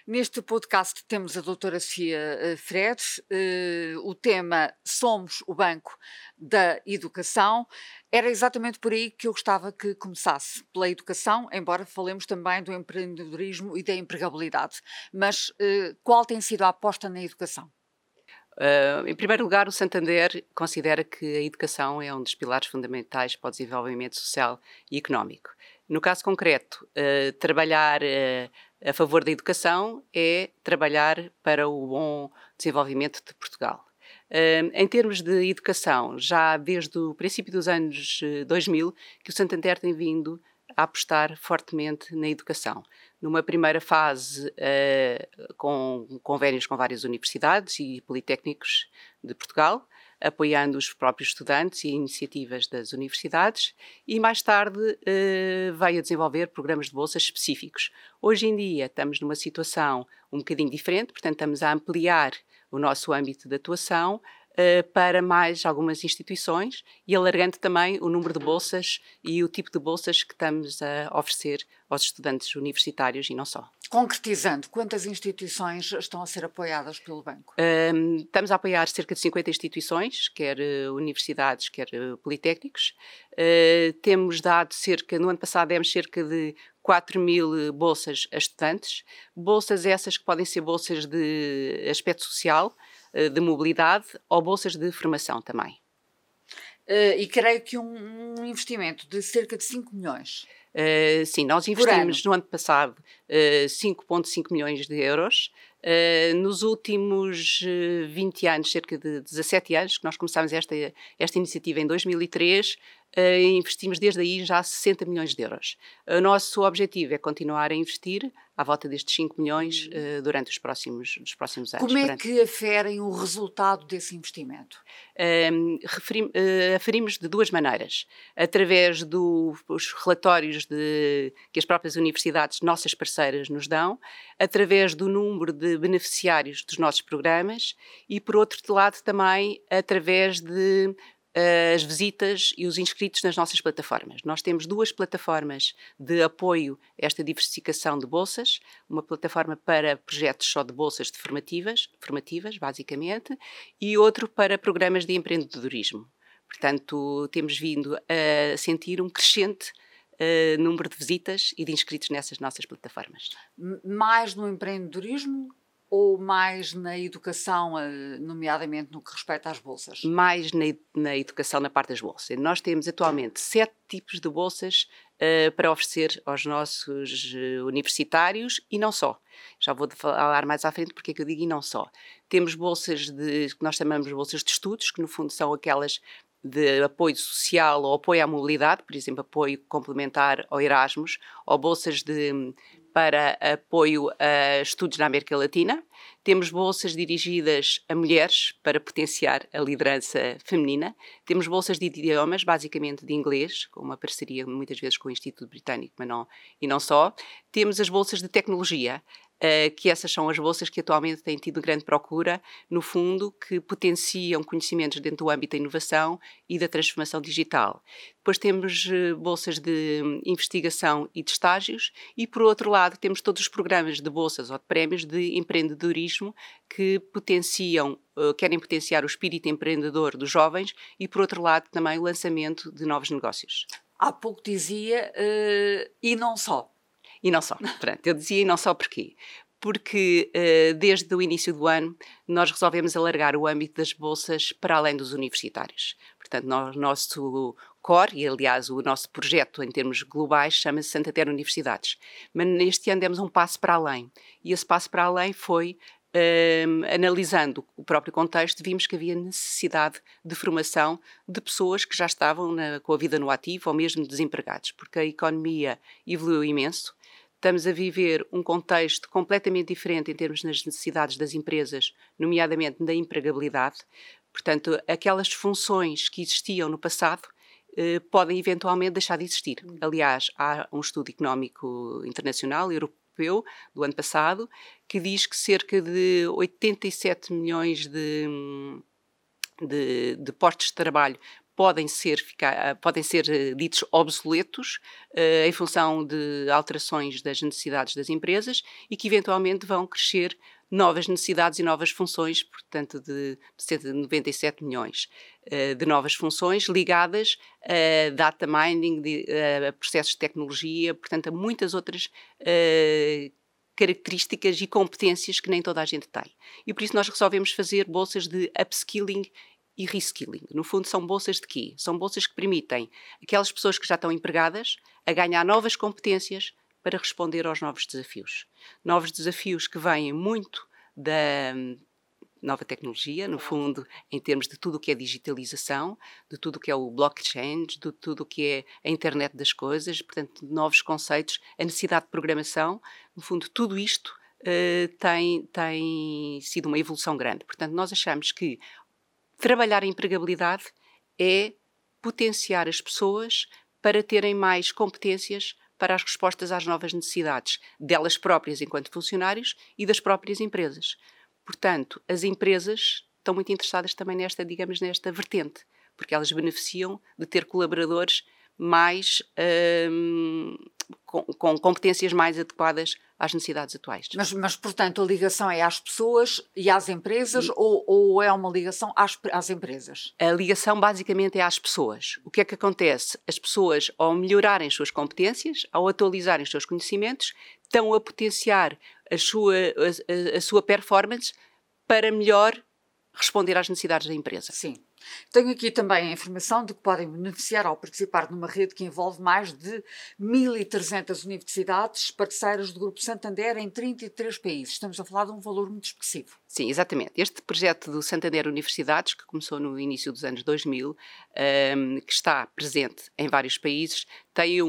Neste podcast temos a doutora Sofia Freires, o tema Somos o Banco da Educação. Era exatamente por aí que eu gostava que começasse, pela educação, embora falemos também do empreendedorismo e da empregabilidade. Mas qual tem sido a aposta na educação? Em primeiro lugar, o Santander considera que a educação é um dos pilares fundamentais para o desenvolvimento social e económico. No caso concreto, trabalhar a favor da educação é trabalhar para o bom desenvolvimento de Portugal. Em termos de educação, já desde o princípio dos anos 2000, que o Santander tem vindo a apostar fortemente na educação. Numa primeira fase, com convénios com várias universidades e politécnicos de Portugal, apoiando os próprios estudantes e iniciativas das universidades, e mais tarde veio a desenvolver programas de bolsas específicos. Hoje em dia estamos numa situação um bocadinho diferente, portanto estamos a ampliar o nosso âmbito de atuação para mais algumas instituições e alargando também o número de bolsas e o tipo de bolsas que estamos a oferecer aos estudantes universitários e não só. Concretizando, quantas instituições estão a ser apoiadas pelo banco? Estamos a apoiar cerca de 50 instituições, quer universidades, quer politécnicos. Temos dado no ano passado demos cerca de 4.000 bolsas a estudantes, bolsas essas que podem ser bolsas de aspecto social, de mobilidade ou bolsas de formação também. E creio que um investimento de cerca de 5 milhões. Sim, nós investimos no ano passado 5,5 milhões de euros. Nos últimos 20 anos, cerca de 17 anos, que nós começámos esta iniciativa em 2003, investimos desde aí já 60 milhões de euros. O nosso objetivo é continuar a investir à volta destes 5 milhões durante os próximos anos. Como é que aferem o resultado desse investimento? Aferimos de duas maneiras. Através dos relatórios que as próprias universidades, nossas parceiras, nos dão, através do número de beneficiários dos nossos programas e, por outro lado, também através de as visitas e os inscritos nas nossas plataformas. Nós temos duas plataformas de apoio a esta diversificação de bolsas, uma plataforma para projetos só de bolsas formativas, basicamente, e outro para programas de empreendedorismo. Portanto, temos vindo a sentir um crescente número de visitas e de inscritos nessas nossas plataformas. Mais no empreendedorismo ou mais na educação, nomeadamente no que respeita às bolsas? Mais na educação, na parte das bolsas. Nós temos atualmente 7 tipos de bolsas para oferecer aos nossos universitários e não só. Já vou falar mais à frente porque é que eu digo e não só. Temos bolsas que nós chamamos de bolsas de estudos, que no fundo são aquelas de apoio social ou apoio à mobilidade, por exemplo, apoio complementar ao Erasmus, ou bolsas para apoio a estudos na América Latina. Temos bolsas dirigidas a mulheres para potenciar a liderança feminina. Temos bolsas de idiomas, basicamente de inglês, com uma parceria muitas vezes com o Instituto Britânico, e não só. Temos as bolsas de tecnologia, que essas são as bolsas que atualmente têm tido grande procura, no fundo, que potenciam conhecimentos dentro do âmbito da inovação e da transformação digital. Depois temos bolsas de investigação e de estágios e, por outro lado, temos todos os programas de bolsas ou de prémios de empreendedorismo que querem potenciar o espírito empreendedor dos jovens e, por outro lado, também o lançamento de novos negócios. Há pouco dizia, e não só. E não só. Pronto, eu dizia e não só porquê? Porque desde o início do ano nós resolvemos alargar o âmbito das bolsas para além dos universitários. Portanto, o nosso core, e aliás o nosso projeto em termos globais, chama-se Santander Universidades. Mas neste ano demos um passo para além. E esse passo para além foi, analisando o próprio contexto, vimos que havia necessidade de formação de pessoas que já estavam com a vida no ativo ou mesmo desempregados, porque a economia evoluiu imenso. Estamos a viver um contexto completamente diferente em termos das necessidades das empresas, nomeadamente da empregabilidade. Portanto, aquelas funções que existiam no passado podem eventualmente deixar de existir. Aliás, há um estudo económico internacional, europeu, do ano passado, que diz que cerca de 87 milhões de postos de trabalho podem ser ditos obsoletos em função de alterações das necessidades das empresas e que eventualmente vão crescer novas necessidades e novas funções, portanto de cerca de 97 milhões de novas funções ligadas a data mining, a processos de tecnologia, portanto a muitas outras características e competências que nem toda a gente tem. E por isso nós resolvemos fazer bolsas de upskilling e reskilling. No fundo são bolsas de quê? São bolsas que permitem aquelas pessoas que já estão empregadas a ganhar novas competências para responder aos novos desafios. Novos desafios que vêm muito da nova tecnologia, no fundo, em termos de tudo o que é digitalização, de tudo o que é o blockchain, de tudo o que é a internet das coisas, portanto, novos conceitos, a necessidade de programação, no fundo, tudo isto tem sido uma evolução grande. Portanto, nós achamos que trabalhar a empregabilidade é potenciar as pessoas para terem mais competências para as respostas às novas necessidades delas próprias enquanto funcionários e das próprias empresas. Portanto, as empresas estão muito interessadas também nesta vertente, porque elas beneficiam de ter colaboradores mais com competências mais adequadas às necessidades atuais. Mas, portanto, a ligação é às pessoas e às empresas ou é uma ligação às empresas? A ligação basicamente é às pessoas. O que é que acontece? As pessoas, ao melhorarem as suas competências, ao atualizarem os seus conhecimentos, estão a potenciar a sua performance para melhor responder às necessidades da empresa. Sim. Tenho aqui também a informação de que podem beneficiar ao participar numa rede que envolve mais de 1.300 universidades parceiras do Grupo Santander em 33 países. Estamos a falar de um valor muito expressivo. Sim, exatamente. Este projeto do Santander Universidades, que começou no início dos anos 2000, que está presente em vários países, tem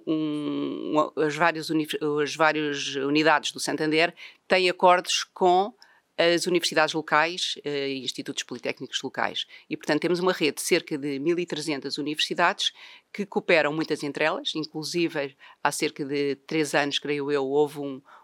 as várias unidades do Santander têm acordos com as universidades locais e institutos politécnicos locais. E, portanto, temos uma rede de cerca de 1.300 universidades que cooperam muitas entre elas, inclusive há cerca de 3 anos, creio eu, houve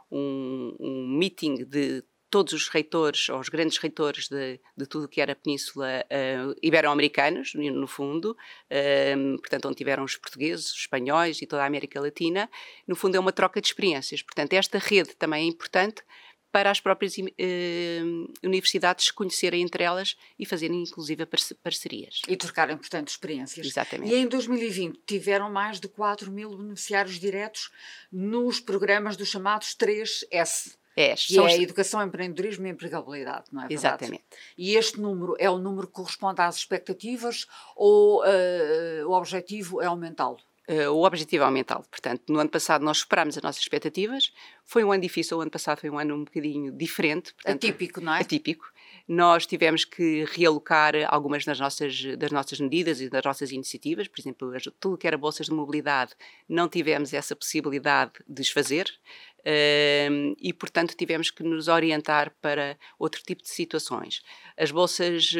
um meeting de todos os reitores, ou os grandes reitores de tudo o que era a Península ibero-americanos, no fundo, portanto, onde tiveram os portugueses, os espanhóis e toda a América Latina. No fundo, é uma troca de experiências. Portanto, esta rede também é importante para as próprias universidades se conhecerem entre elas e fazerem, inclusive, parcerias. E trocarem, portanto, experiências. Exatamente. E em 2020 tiveram mais de 4.000 beneficiários diretos nos programas dos chamados 3S. Que é a educação, empreendedorismo e empregabilidade, não é verdade? Exatamente. E este número é o número que corresponde às expectativas ou o objetivo é aumentá-lo? O objetivo é aumentá-lo. Portanto, no ano passado nós superámos as nossas expectativas. Foi um ano difícil, o ano passado foi um ano um bocadinho diferente. Portanto, atípico, não é? Atípico. Nós tivemos que realocar algumas das nossas medidas e das nossas iniciativas. Por exemplo, tudo que era bolsas de mobilidade, não tivemos essa possibilidade de desfazer. E, portanto, tivemos que nos orientar para outro tipo de situações. As bolsas,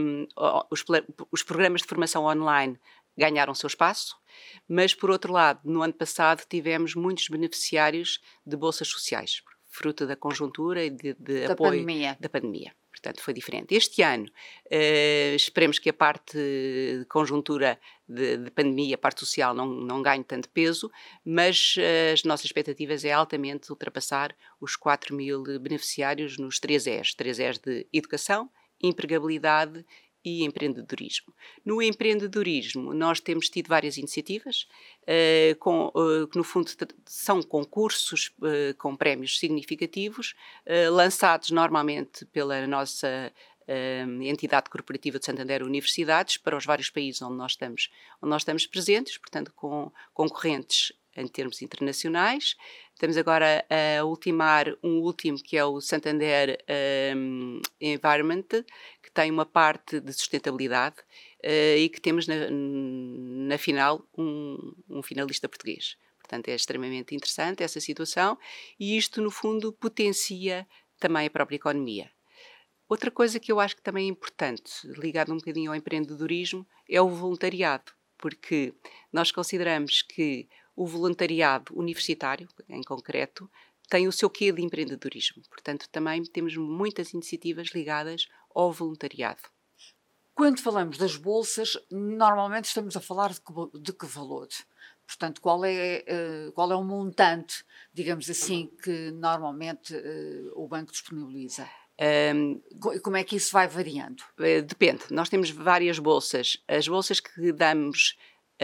os programas de formação online ganharam o seu espaço, mas, por outro lado, no ano passado tivemos muitos beneficiários de bolsas sociais, fruto da conjuntura e de apoio da pandemia. Portanto, foi diferente. Este ano, esperemos que a parte de conjuntura de pandemia, a parte social, não ganhe tanto peso, mas as nossas expectativas é altamente ultrapassar os 4.000 beneficiários nos 3 Es. 3 Es de educação, empregabilidade e empreendedorismo. No empreendedorismo, nós temos tido várias iniciativas, que no fundo são concursos com prémios significativos, lançados normalmente pela nossa entidade corporativa de Santander Universidades para os vários países onde nós estamos presentes, portanto com concorrentes em termos internacionais. Estamos agora a ultimar um último que é o Santander Environment, que tem uma parte de sustentabilidade e que temos na final um finalista português. Portanto, é extremamente interessante essa situação e isto, no fundo, potencia também a própria economia. Outra coisa que eu acho que também é importante, ligado um bocadinho ao empreendedorismo, é o voluntariado, porque nós consideramos que o voluntariado universitário, em concreto, tem o seu quê de empreendedorismo. Portanto, também temos muitas iniciativas ligadas ao voluntariado. Quando falamos das bolsas, normalmente estamos a falar de que valor? Portanto, qual é o montante, digamos assim, que normalmente o banco disponibiliza? E como é que isso vai variando? Depende. Nós temos várias bolsas. As bolsas que damos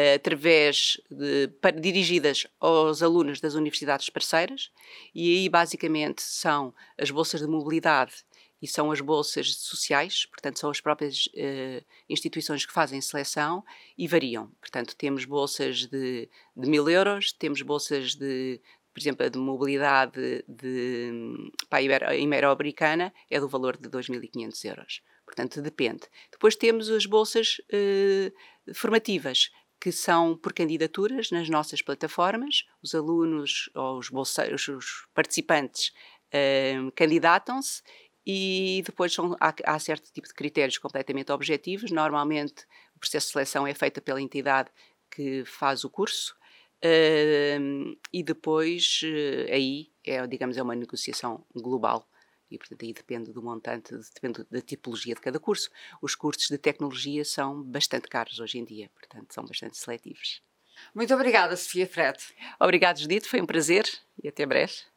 dirigidas aos alunos das universidades parceiras, e aí basicamente são as bolsas de mobilidade e são as bolsas sociais, portanto são as próprias instituições que fazem seleção e variam. Portanto temos bolsas de 1.000 euros, temos bolsas de, por exemplo, a de mobilidade para a Ibero-Americana é do valor de 2.500 euros. Portanto, depende. Depois temos as bolsas formativas, que são por candidaturas nas nossas plataformas. Os alunos ou os participantes candidatam-se e depois há certo tipo de critérios completamente objetivos. Normalmente o processo de seleção é feito pela entidade que faz o curso e depois aí digamos, é uma negociação global. E, portanto, aí depende do montante, depende da tipologia de cada curso. Os cursos de tecnologia são bastante caros hoje em dia, portanto, são bastante seletivos. Muito obrigada, Sofia Fred. Obrigado, Judite, foi um prazer e até breve.